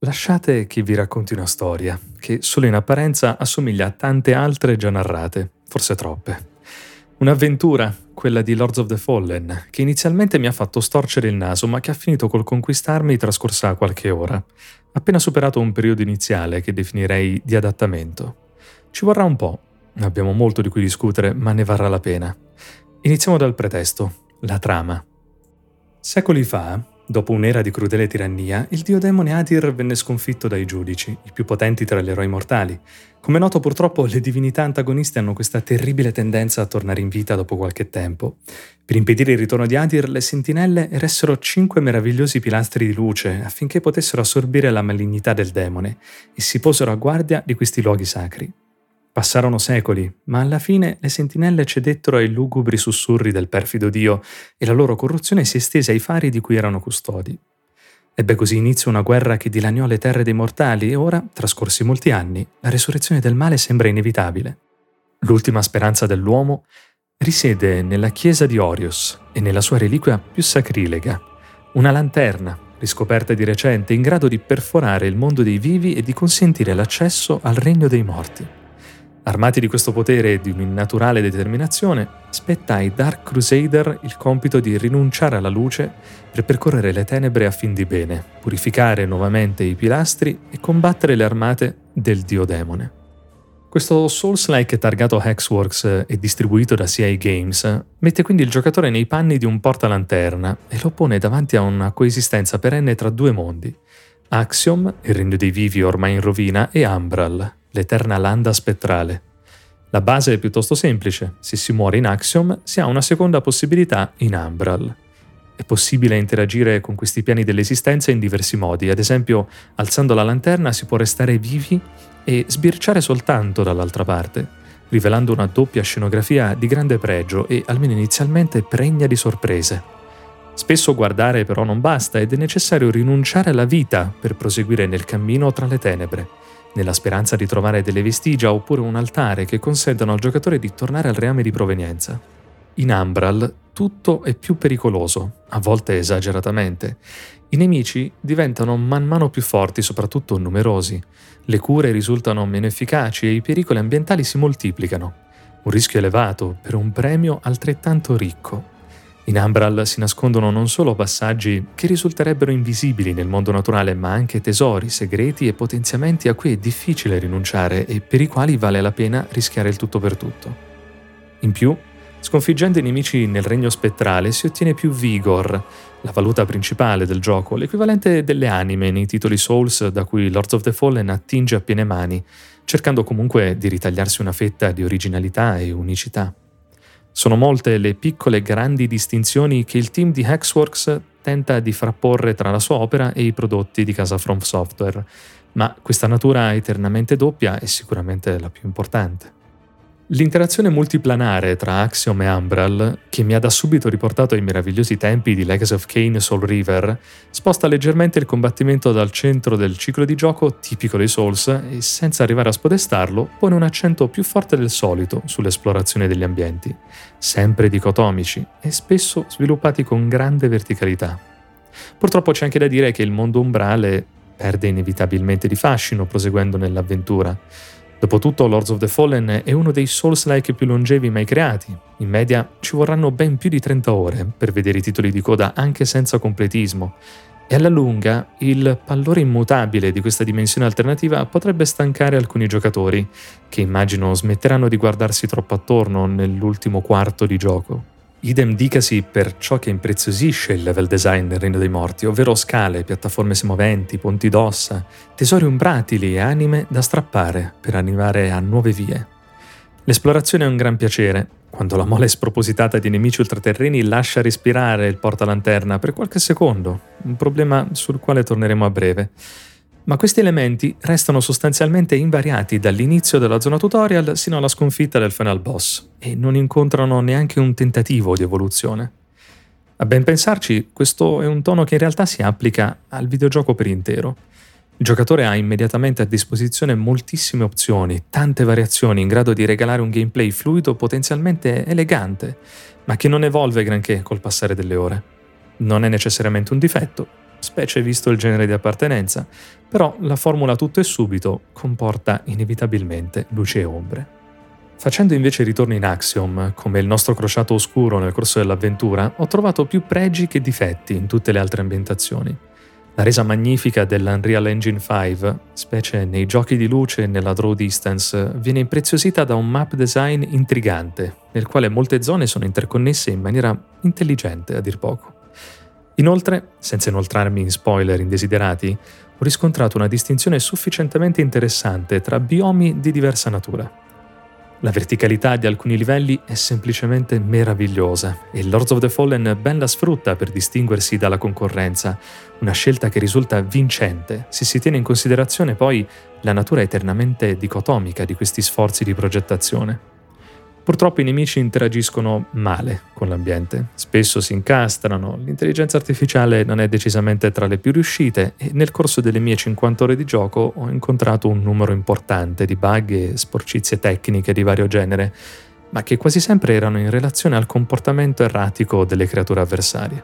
Lasciate che vi racconti una storia che solo in apparenza assomiglia a tante altre già narrate, forse troppe. Un'avventura, quella di Lords of the Fallen, che inizialmente mi ha fatto storcere il naso ma che ha finito col conquistarmi trascorsa qualche ora, appena superato un periodo iniziale che definirei di adattamento. Ci vorrà un po', abbiamo molto di cui discutere, ma ne varrà la pena. Iniziamo dal pretesto, la trama. Secoli fa, dopo un'era di crudele tirannia, il dio demone Adir venne sconfitto dai giudici, i più potenti tra gli eroi mortali. Come noto, purtroppo, le divinità antagoniste hanno questa terribile tendenza a tornare in vita dopo qualche tempo. Per impedire il ritorno di Adir, le sentinelle eressero 5 meravigliosi pilastri di luce affinché potessero assorbire la malignità del demone e si posero a guardia di questi luoghi sacri. Passarono secoli, ma alla fine le sentinelle cedettero ai lugubri sussurri del perfido dio e la loro corruzione si estese ai fari di cui erano custodi. Ebbe così inizio una guerra che dilaniò le terre dei mortali e ora, trascorsi molti anni, la resurrezione del male sembra inevitabile. L'ultima speranza dell'uomo risiede nella chiesa di Orius e nella sua reliquia più sacrilega, una lanterna, riscoperta di recente, in grado di perforare il mondo dei vivi e di consentire l'accesso al regno dei morti. Armati di questo potere e di un'innaturale determinazione, spetta ai Dark Crusader il compito di rinunciare alla luce per percorrere le tenebre a fin di bene, purificare nuovamente i pilastri e combattere le armate del dio demone. Questo Souls-like targato Hexworks e distribuito da CI Games mette quindi il giocatore nei panni di un portalanterna e lo pone davanti a una coesistenza perenne tra due mondi: Axiom, il regno dei vivi ormai in rovina, e Umbral, l'eterna landa spettrale. La base è piuttosto semplice: se si muore in Axiom si ha una seconda possibilità in Umbral. È possibile interagire con questi piani dell'esistenza in diversi modi, ad esempio alzando la lanterna si può restare vivi e sbirciare soltanto dall'altra parte, rivelando una doppia scenografia di grande pregio e, almeno inizialmente, pregna di sorprese. Spesso guardare però non basta ed è necessario rinunciare alla vita per proseguire nel cammino tra le tenebre, nella speranza di trovare delle vestigia oppure un altare che consentano al giocatore di tornare al reame di provenienza. In Umbral tutto è più pericoloso, a volte esageratamente. I nemici diventano man mano più forti, soprattutto numerosi. Le cure risultano meno efficaci e i pericoli ambientali si moltiplicano. Un rischio elevato per un premio altrettanto ricco. In Umbral si nascondono non solo passaggi che risulterebbero invisibili nel mondo naturale, ma anche tesori, segreti e potenziamenti a cui è difficile rinunciare e per i quali vale la pena rischiare il tutto per tutto. In più, sconfiggendo i nemici nel regno spettrale si ottiene più vigor, la valuta principale del gioco, l'equivalente delle anime nei titoli Souls da cui Lords of the Fallen attinge a piene mani, cercando comunque di ritagliarsi una fetta di originalità e unicità. Sono molte le piccole e grandi distinzioni che il team di Hexworks tenta di frapporre tra la sua opera e i prodotti di casa From Software, ma questa natura eternamente doppia è sicuramente la più importante. L'interazione multiplanare tra Axiom e Umbral, che mi ha da subito riportato ai meravigliosi tempi di Legacy of Kain e Soul River, sposta leggermente il combattimento dal centro del ciclo di gioco tipico dei Souls e, senza arrivare a spodestarlo, pone un accento più forte del solito sull'esplorazione degli ambienti, sempre dicotomici e spesso sviluppati con grande verticalità. Purtroppo c'è anche da dire che il mondo umbrale perde inevitabilmente di fascino proseguendo nell'avventura. Dopotutto Lords of the Fallen è uno dei Souls-like più longevi mai creati. In media ci vorranno ben più di 30 ore per vedere i titoli di coda anche senza completismo, e alla lunga il pallore immutabile di questa dimensione alternativa potrebbe stancare alcuni giocatori, che immagino smetteranno di guardarsi troppo attorno nell'ultimo quarto di gioco. Idem dicasi per ciò che impreziosisce il level design nel Regno dei Morti, ovvero scale, piattaforme semoventi, ponti d'ossa, tesori umbratili e anime da strappare per arrivare a nuove vie. L'esplorazione è un gran piacere, quando la mole spropositata di nemici ultraterreni lascia respirare il portalanterna per qualche secondo, un problema sul quale torneremo a breve. Ma questi elementi restano sostanzialmente invariati dall'inizio della zona tutorial sino alla sconfitta del final boss e non incontrano neanche un tentativo di evoluzione. A ben pensarci, questo è un tono che in realtà si applica al videogioco per intero. Il giocatore ha immediatamente a disposizione moltissime opzioni, tante variazioni in grado di regalare un gameplay fluido potenzialmente elegante, ma che non evolve granché col passare delle ore. Non è necessariamente un difetto, specie visto il genere di appartenenza, però la formula tutto e subito comporta inevitabilmente luci e ombre. Facendo invece ritorno in Axiom, come il nostro crociato oscuro nel corso dell'avventura, ho trovato più pregi che difetti in tutte le altre ambientazioni. La resa magnifica dell'Unreal Engine 5, specie nei giochi di luce e nella draw distance, viene impreziosita da un map design intrigante, nel quale molte zone sono interconnesse in maniera intelligente, a dir poco. Inoltre, senza inoltrarmi in spoiler indesiderati, ho riscontrato una distinzione sufficientemente interessante tra biomi di diversa natura. La verticalità di alcuni livelli è semplicemente meravigliosa e Lords of the Fallen ben la sfrutta per distinguersi dalla concorrenza, una scelta che risulta vincente se si tiene in considerazione poi la natura eternamente dicotomica di questi sforzi di progettazione. Purtroppo i nemici interagiscono male con l'ambiente, spesso si incastrano, l'intelligenza artificiale non è decisamente tra le più riuscite e nel corso delle mie 50 ore di gioco ho incontrato un numero importante di bug e sporcizie tecniche di vario genere, ma che quasi sempre erano in relazione al comportamento erratico delle creature avversarie.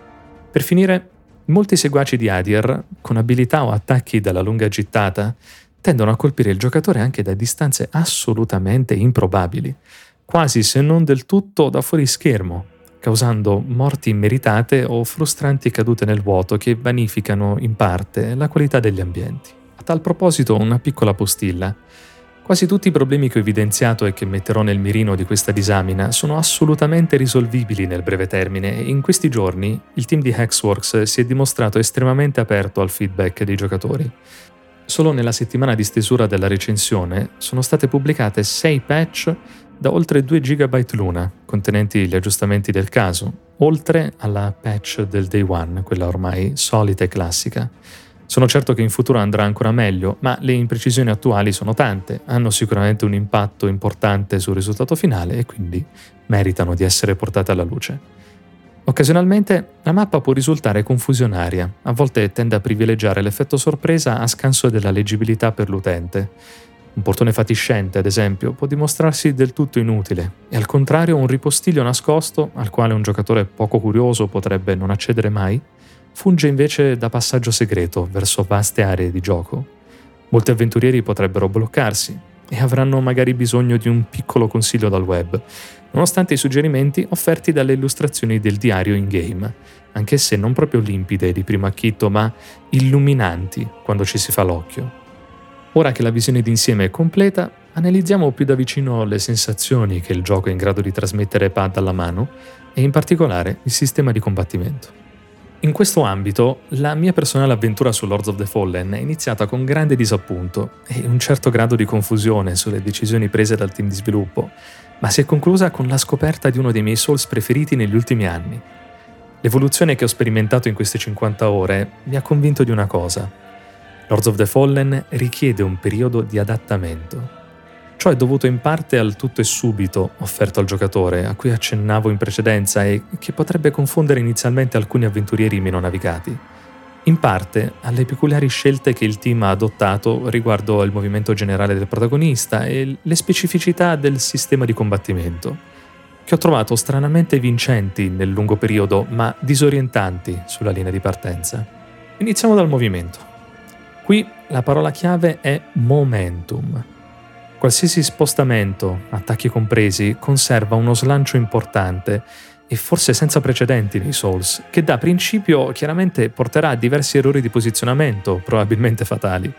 Per finire, molti seguaci di Adir, con abilità o attacchi dalla lunga gittata, tendono a colpire il giocatore anche da distanze assolutamente improbabili, quasi se non del tutto da fuori schermo, causando morti immeritate o frustranti cadute nel vuoto che vanificano in parte la qualità degli ambienti. A tal proposito una piccola postilla. Quasi tutti i problemi che ho evidenziato e che metterò nel mirino di questa disamina sono assolutamente risolvibili nel breve termine e in questi giorni il team di Hexworks si è dimostrato estremamente aperto al feedback dei giocatori. Solo nella settimana di stesura della recensione sono state pubblicate 6 patch da oltre 2 GB l'una, contenenti gli aggiustamenti del caso, oltre alla patch del Day One, quella ormai solita e classica. Sono certo che in futuro andrà ancora meglio, ma le imprecisioni attuali sono tante, hanno sicuramente un impatto importante sul risultato finale e quindi meritano di essere portate alla luce. Occasionalmente la mappa può risultare confusionaria, a volte tende a privilegiare l'effetto sorpresa a scanso della leggibilità per l'utente. Un portone fatiscente, ad esempio, può dimostrarsi del tutto inutile e al contrario un ripostiglio nascosto, al quale un giocatore poco curioso potrebbe non accedere mai, funge invece da passaggio segreto verso vaste aree di gioco. Molti avventurieri potrebbero bloccarsi e avranno magari bisogno di un piccolo consiglio dal web, nonostante i suggerimenti offerti dalle illustrazioni del diario in-game, anche se non proprio limpide di primo acchito, ma illuminanti quando ci si fa l'occhio. Ora che la visione d'insieme è completa, analizziamo più da vicino le sensazioni che il gioco è in grado di trasmettere pad alla mano e in particolare il sistema di combattimento. In questo ambito, la mia personale avventura su Lords of the Fallen è iniziata con grande disappunto e un certo grado di confusione sulle decisioni prese dal team di sviluppo, ma si è conclusa con la scoperta di uno dei miei Souls preferiti negli ultimi anni. L'evoluzione che ho sperimentato in queste 50 ore mi ha convinto di una cosa. Lords of the Fallen richiede un periodo di adattamento. Ciò è dovuto in parte al tutto e subito offerto al giocatore, a cui accennavo in precedenza e che potrebbe confondere inizialmente alcuni avventurieri meno navigati. In parte alle peculiari scelte che il team ha adottato riguardo al movimento generale del protagonista e le specificità del sistema di combattimento, che ho trovato stranamente vincenti nel lungo periodo, ma disorientanti sulla linea di partenza. Iniziamo dal movimento. Qui la parola chiave è momentum. Qualsiasi spostamento, attacchi compresi, conserva uno slancio importante e forse senza precedenti nei Souls, che da principio chiaramente porterà a diversi errori di posizionamento, probabilmente fatali.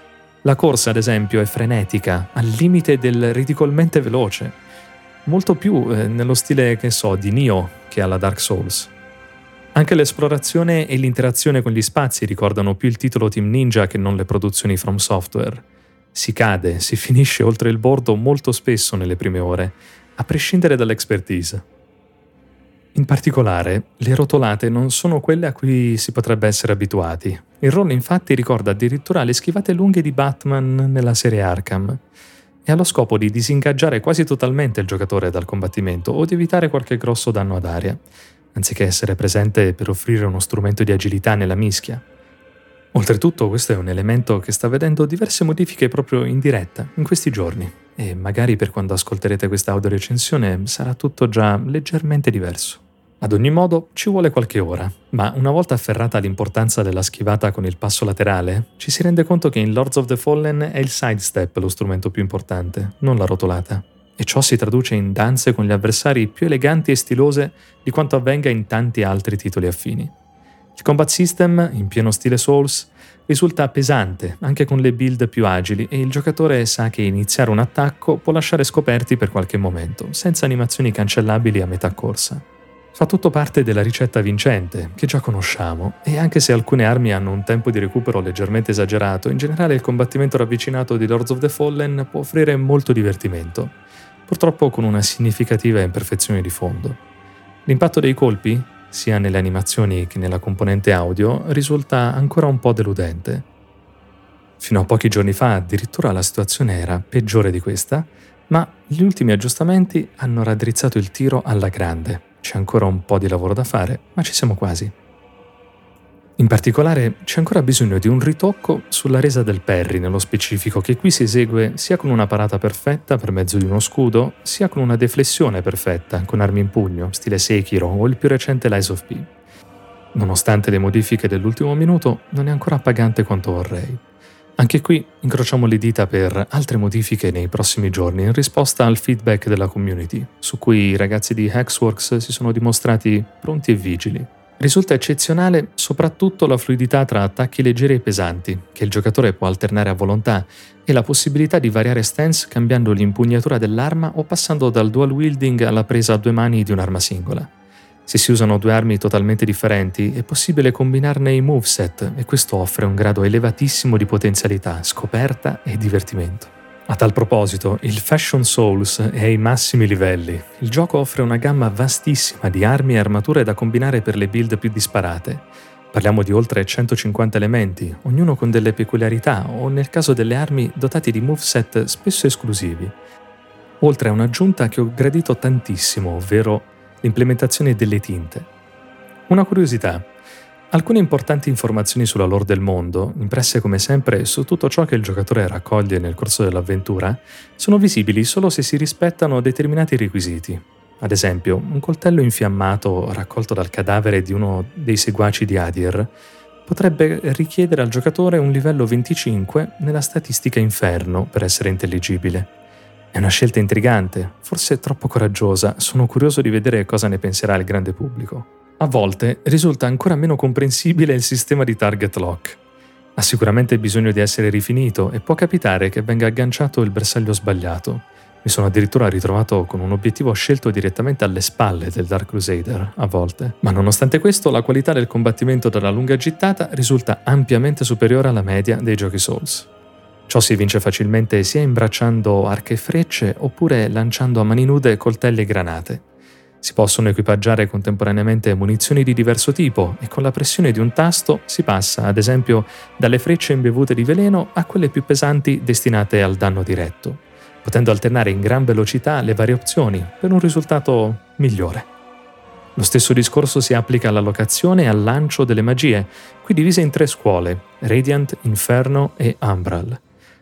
La corsa, ad esempio, è frenetica, al limite del ridicolmente veloce, molto più nello stile, di Nioh che alla Dark Souls. Anche l'esplorazione e l'interazione con gli spazi ricordano più il titolo Team Ninja che non le produzioni From Software. Si cade, si finisce oltre il bordo molto spesso nelle prime ore, a prescindere dall'expertise. In particolare, le rotolate non sono quelle a cui si potrebbe essere abituati. Il roll infatti ricorda addirittura le schivate lunghe di Batman nella serie Arkham e ha lo scopo di disingaggiare quasi totalmente il giocatore dal combattimento o di evitare qualche grosso danno ad aria, anziché essere presente per offrire uno strumento di agilità nella mischia. Oltretutto questo è un elemento che sta vedendo diverse modifiche proprio in diretta in questi giorni e magari per quando ascolterete questa audiorecensione sarà tutto già leggermente diverso. Ad ogni modo ci vuole qualche ora, ma una volta afferrata l'importanza della schivata con il passo laterale, ci si rende conto che in Lords of the Fallen è il sidestep lo strumento più importante, non la rotolata. E ciò si traduce in danze con gli avversari più eleganti e stilose di quanto avvenga in tanti altri titoli affini. Il combat system, in pieno stile Souls, risulta pesante anche con le build più agili e il giocatore sa che iniziare un attacco può lasciare scoperti per qualche momento, senza animazioni cancellabili a metà corsa. Fa tutto parte della ricetta vincente, che già conosciamo, e anche se alcune armi hanno un tempo di recupero leggermente esagerato, in generale il combattimento ravvicinato di Lords of the Fallen può offrire molto divertimento, purtroppo con una significativa imperfezione di fondo. L'impatto dei colpi, sia nelle animazioni che nella componente audio, risulta ancora un po' deludente. Fino a pochi giorni fa addirittura la situazione era peggiore di questa, ma gli ultimi aggiustamenti hanno raddrizzato il tiro alla grande. C'è ancora un po' di lavoro da fare, ma ci siamo quasi. In particolare c'è ancora bisogno di un ritocco sulla resa del parry nello specifico, che qui si esegue sia con una parata perfetta per mezzo di uno scudo, sia con una deflessione perfetta con armi in pugno, stile Sekiro o il più recente Lies of P. Nonostante le modifiche dell'ultimo minuto, non è ancora appagante quanto vorrei. Anche qui incrociamo le dita per altre modifiche nei prossimi giorni in risposta al feedback della community, su cui i ragazzi di Hexworks si sono dimostrati pronti e vigili. Risulta eccezionale soprattutto la fluidità tra attacchi leggeri e pesanti, che il giocatore può alternare a volontà, e la possibilità di variare stance cambiando l'impugnatura dell'arma o passando dal dual wielding alla presa a due mani di un'arma singola. Se si usano due armi totalmente differenti, è possibile combinarne i moveset e questo offre un grado elevatissimo di potenzialità, scoperta e divertimento. A tal proposito, il Fashion Souls è ai massimi livelli. Il gioco offre una gamma vastissima di armi e armature da combinare per le build più disparate. Parliamo di oltre 150 elementi, ognuno con delle peculiarità o, nel caso delle armi, dotati di moveset spesso esclusivi. Oltre a un'aggiunta che ho gradito tantissimo, ovvero l'implementazione delle tinte. Una curiosità: alcune importanti informazioni sulla lore del mondo, impresse come sempre su tutto ciò che il giocatore raccoglie nel corso dell'avventura, sono visibili solo se si rispettano determinati requisiti. Ad esempio, un coltello infiammato raccolto dal cadavere di uno dei seguaci di Adir potrebbe richiedere al giocatore un livello 25 nella statistica Inferno per essere intelligibile. È una scelta intrigante, forse troppo coraggiosa, sono curioso di vedere cosa ne penserà il grande pubblico. A volte risulta ancora meno comprensibile il sistema di target lock. Ha sicuramente bisogno di essere rifinito e può capitare che venga agganciato il bersaglio sbagliato. Mi sono addirittura ritrovato con un obiettivo scelto direttamente alle spalle del Dark Crusader, a volte. Ma nonostante questo, la qualità del combattimento dalla lunga gittata risulta ampiamente superiore alla media dei giochi Souls. Ciò si vince facilmente sia imbracciando archi e frecce oppure lanciando a mani nude coltelli e granate. Si possono equipaggiare contemporaneamente munizioni di diverso tipo e con la pressione di un tasto si passa, ad esempio, dalle frecce imbevute di veleno a quelle più pesanti destinate al danno diretto, potendo alternare in gran velocità le varie opzioni per un risultato migliore. Lo stesso discorso si applica all'allocazione e al lancio delle magie, qui divise in 3 scuole: Radiant, Inferno e Umbral.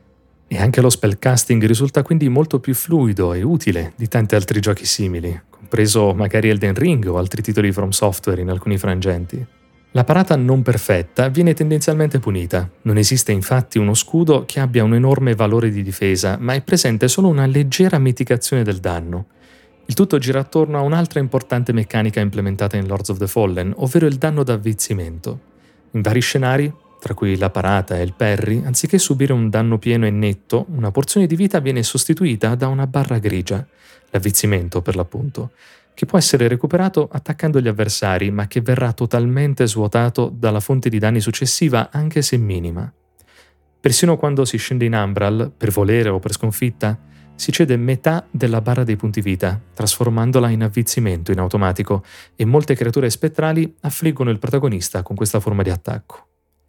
E anche lo spellcasting risulta quindi molto più fluido e utile di tanti altri giochi simili, compreso magari Elden Ring o altri titoli From Software in alcuni frangenti. La parata non perfetta viene tendenzialmente punita. Non esiste infatti uno scudo che abbia un enorme valore di difesa, ma è presente solo una leggera mitigazione del danno. Il tutto gira attorno a un'altra importante meccanica implementata in Lords of the Fallen, ovvero il danno d'avvizzimento. In vari scenari, tra cui la parata e il parry, anziché subire un danno pieno e netto, una porzione di vita viene sostituita da una barra grigia, l'avvizzimento per l'appunto, che può essere recuperato attaccando gli avversari, ma che verrà totalmente svuotato dalla fonte di danni successiva, anche se minima. Persino quando si scende in Umbral, per volere o per sconfitta, si cede metà della barra dei punti vita, trasformandola in avvizzimento in automatico, e molte creature spettrali affliggono il protagonista con questa forma di attacco.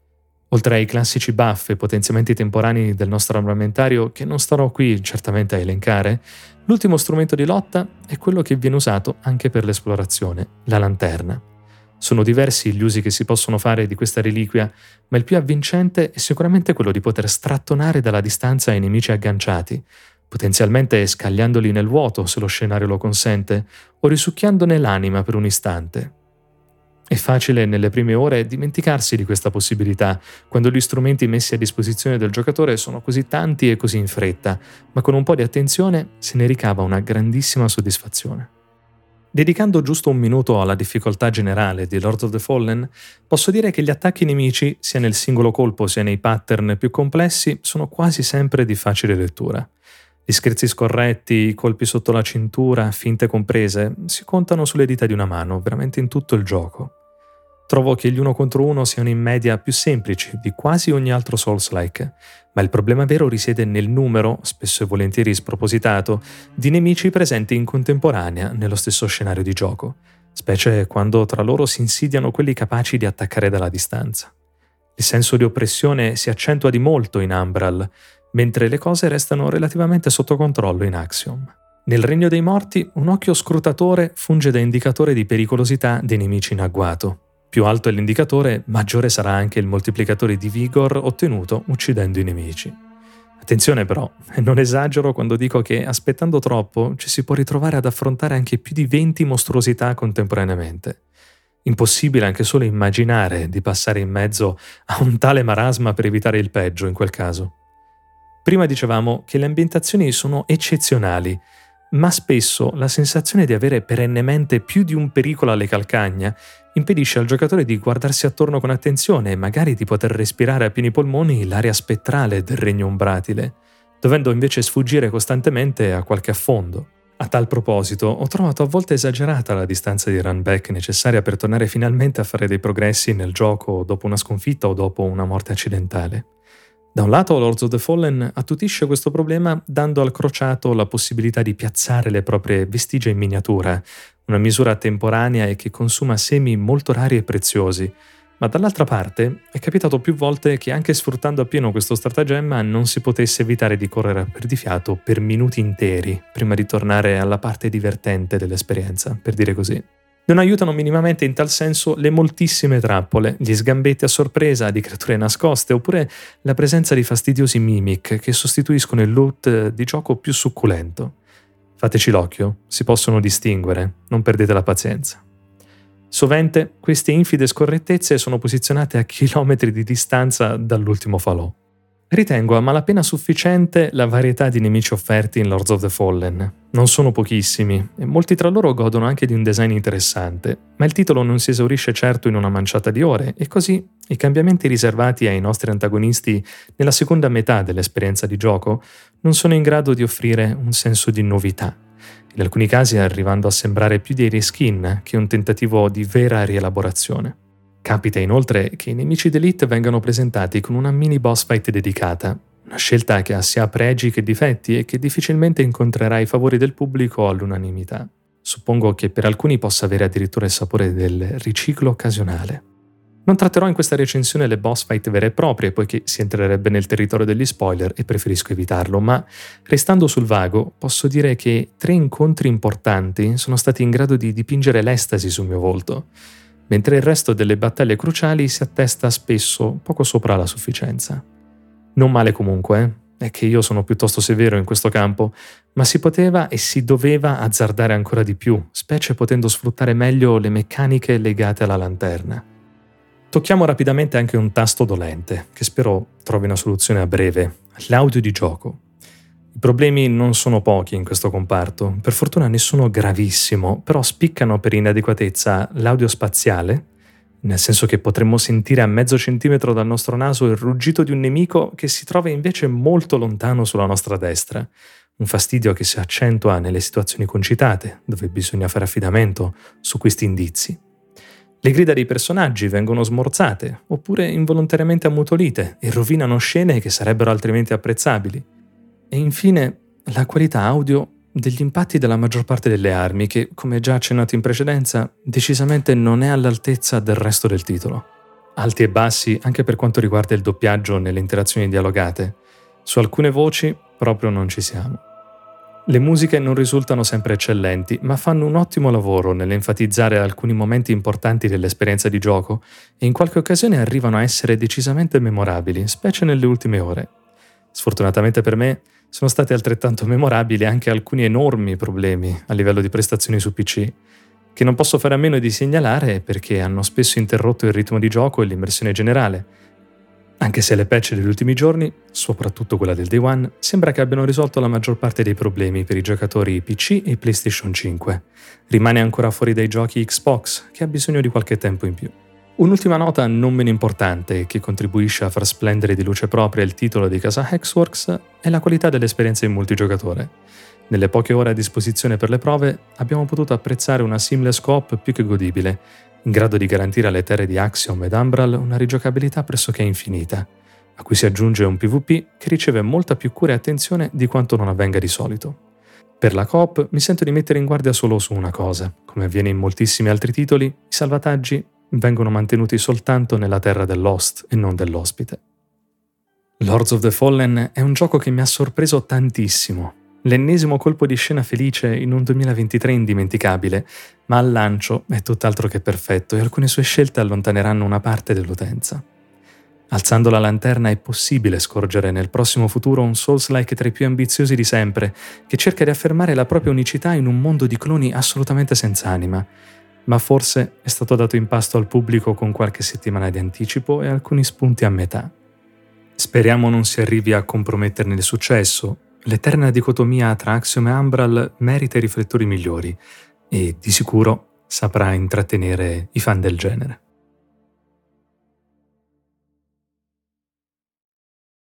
Oltre ai classici buff e potenziamenti temporanei del nostro armamentario, che non starò qui certamente a elencare, l'ultimo strumento di lotta è quello che viene usato anche per l'esplorazione, la lanterna. Sono diversi gli usi che si possono fare di questa reliquia, ma il più avvincente è sicuramente quello di poter strattonare dalla distanza i nemici agganciati, potenzialmente scagliandoli nel vuoto se lo scenario lo consente, o risucchiandone l'anima per un istante. È facile nelle prime ore dimenticarsi di questa possibilità, quando gli strumenti messi a disposizione del giocatore sono così tanti e così in fretta, ma con un po' di attenzione se ne ricava una grandissima soddisfazione. Dedicando giusto un minuto alla difficoltà generale di Lords of the Fallen, posso dire che gli attacchi nemici, sia nel singolo colpo sia nei pattern più complessi, sono quasi sempre di facile lettura. Gli scherzi scorretti, i colpi sotto la cintura, finte comprese, si contano sulle dita di una mano, veramente in tutto il gioco. Trovo che gli uno contro uno siano in media più semplici di quasi ogni altro Souls-like, ma il problema vero risiede nel numero, spesso e volentieri spropositato, di nemici presenti in contemporanea nello stesso scenario di gioco, specie quando tra loro si insidiano quelli capaci di attaccare dalla distanza. Il senso di oppressione si accentua di molto in Umbral, mentre le cose restano relativamente sotto controllo in Axiom. Nel Regno dei Morti, un occhio scrutatore funge da indicatore di pericolosità dei nemici in agguato. Più alto è l'indicatore, maggiore sarà anche il moltiplicatore di vigor ottenuto uccidendo i nemici. Attenzione però, non esagero quando dico che aspettando troppo ci si può ritrovare ad affrontare anche più di 20 mostruosità contemporaneamente. Impossibile anche solo immaginare di passare in mezzo a un tale marasma per evitare il peggio in quel caso. Prima dicevamo che le ambientazioni sono eccezionali, ma spesso la sensazione di avere perennemente più di un pericolo alle calcagna impedisce al giocatore di guardarsi attorno con attenzione e magari di poter respirare a pieni polmoni l'aria spettrale del regno umbratile, dovendo invece sfuggire costantemente a qualche affondo. A tal proposito, ho trovato a volte esagerata la distanza di run back necessaria per tornare finalmente a fare dei progressi nel gioco dopo una sconfitta o dopo una morte accidentale. Da un lato, Lords of the Fallen attutisce questo problema dando al crociato la possibilità di piazzare le proprie vestigia in miniatura, una misura temporanea e che consuma semi molto rari e preziosi, ma dall'altra parte è capitato più volte che anche sfruttando appieno questo stratagemma non si potesse evitare di correre a perdifiato per minuti interi prima di tornare alla parte divertente dell'esperienza, per dire così. Non aiutano minimamente in tal senso le moltissime trappole, gli sgambetti a sorpresa di creature nascoste oppure la presenza di fastidiosi mimic che sostituiscono il loot di gioco più succulento. Fateci l'occhio, si possono distinguere, non perdete la pazienza. Sovente queste infide scorrettezze sono posizionate a chilometri di distanza dall'ultimo falò. Ritengo a malapena sufficiente la varietà di nemici offerti in Lords of the Fallen. Non sono pochissimi, e molti tra loro godono anche di un design interessante, ma il titolo non si esaurisce certo in una manciata di ore, e così i cambiamenti riservati ai nostri antagonisti nella seconda metà dell'esperienza di gioco non sono in grado di offrire un senso di novità, in alcuni casi arrivando a sembrare più dei reskin che un tentativo di vera rielaborazione. Capita inoltre che i nemici d'Elite vengano presentati con una mini boss fight dedicata, una scelta che ha sia pregi che difetti e che difficilmente incontrerà i favori del pubblico all'unanimità. Suppongo che per alcuni possa avere addirittura il sapore del riciclo occasionale. Non tratterò in questa recensione le boss fight vere e proprie, poiché si entrerebbe nel territorio degli spoiler e preferisco evitarlo, ma restando sul vago posso dire che 3 incontri importanti sono stati in grado di dipingere l'estasi sul mio volto, mentre il resto delle battaglie cruciali si attesta spesso poco sopra la sufficienza. Non male comunque, è che io sono piuttosto severo in questo campo, ma si poteva e si doveva azzardare ancora di più, specie potendo sfruttare meglio le meccaniche legate alla lanterna. Tocchiamo rapidamente anche un tasto dolente, che spero trovi una soluzione a breve, l'audio di gioco. I problemi non sono pochi in questo comparto, per fortuna nessuno gravissimo, però spiccano per inadeguatezza l'audio spaziale, nel senso che potremmo sentire a mezzo centimetro dal nostro naso il ruggito di un nemico che si trova invece molto lontano sulla nostra destra, un fastidio che si accentua nelle situazioni concitate, dove bisogna fare affidamento su questi indizi. Le grida dei personaggi vengono smorzate, oppure involontariamente ammutolite, e rovinano scene che sarebbero altrimenti apprezzabili. E infine la qualità audio degli impatti della maggior parte delle armi che, come già accennato in precedenza, decisamente non è all'altezza del resto del titolo. Alti e bassi anche per quanto riguarda il doppiaggio nelle interazioni dialogate. Su alcune voci proprio non ci siamo. Le musiche non risultano sempre eccellenti, ma fanno un ottimo lavoro nell'enfatizzare alcuni momenti importanti dell'esperienza di gioco e in qualche occasione arrivano a essere decisamente memorabili, specie nelle ultime ore. Sfortunatamente per me, Sono stati altrettanto memorabili anche alcuni enormi problemi a livello di prestazioni su PC, che non posso fare a meno di segnalare perché hanno spesso interrotto il ritmo di gioco e l'immersione generale, anche se le patch degli ultimi giorni, soprattutto quella del Day One, sembra che abbiano risolto la maggior parte dei problemi per i giocatori PC e PlayStation 5. Rimane ancora fuori dai giochi Xbox, che ha bisogno di qualche tempo in più. Un'ultima nota non meno importante che contribuisce a far splendere di luce propria il titolo di casa Hexworks è la qualità dell'esperienza in multigiocatore. Nelle poche ore a disposizione per le prove abbiamo potuto apprezzare una seamless coop più che godibile, in grado di garantire alle terre di Axiom ed Umbral una rigiocabilità pressoché infinita, a cui si aggiunge un PvP che riceve molta più cura e attenzione di quanto non avvenga di solito. Per la coop mi sento di mettere in guardia solo su una cosa: come avviene in moltissimi altri titoli, i salvataggi vengono mantenuti soltanto nella terra dell'host e non dell'ospite. Lords of the Fallen è un gioco che mi ha sorpreso tantissimo. L'ennesimo colpo di scena felice in un 2023 indimenticabile, ma al lancio è tutt'altro che perfetto e alcune sue scelte allontaneranno una parte dell'utenza. Alzando la lanterna è possibile scorgere nel prossimo futuro un Souls-like tra i più ambiziosi di sempre, che cerca di affermare la propria unicità in un mondo di cloni assolutamente senza anima, ma forse è stato dato in pasto al pubblico con qualche settimana di anticipo e alcuni spunti a metà. Speriamo non si arrivi a comprometterne il successo. L'eterna dicotomia tra Axiom e Umbral merita i riflettori migliori e, di sicuro, saprà intrattenere i fan del genere.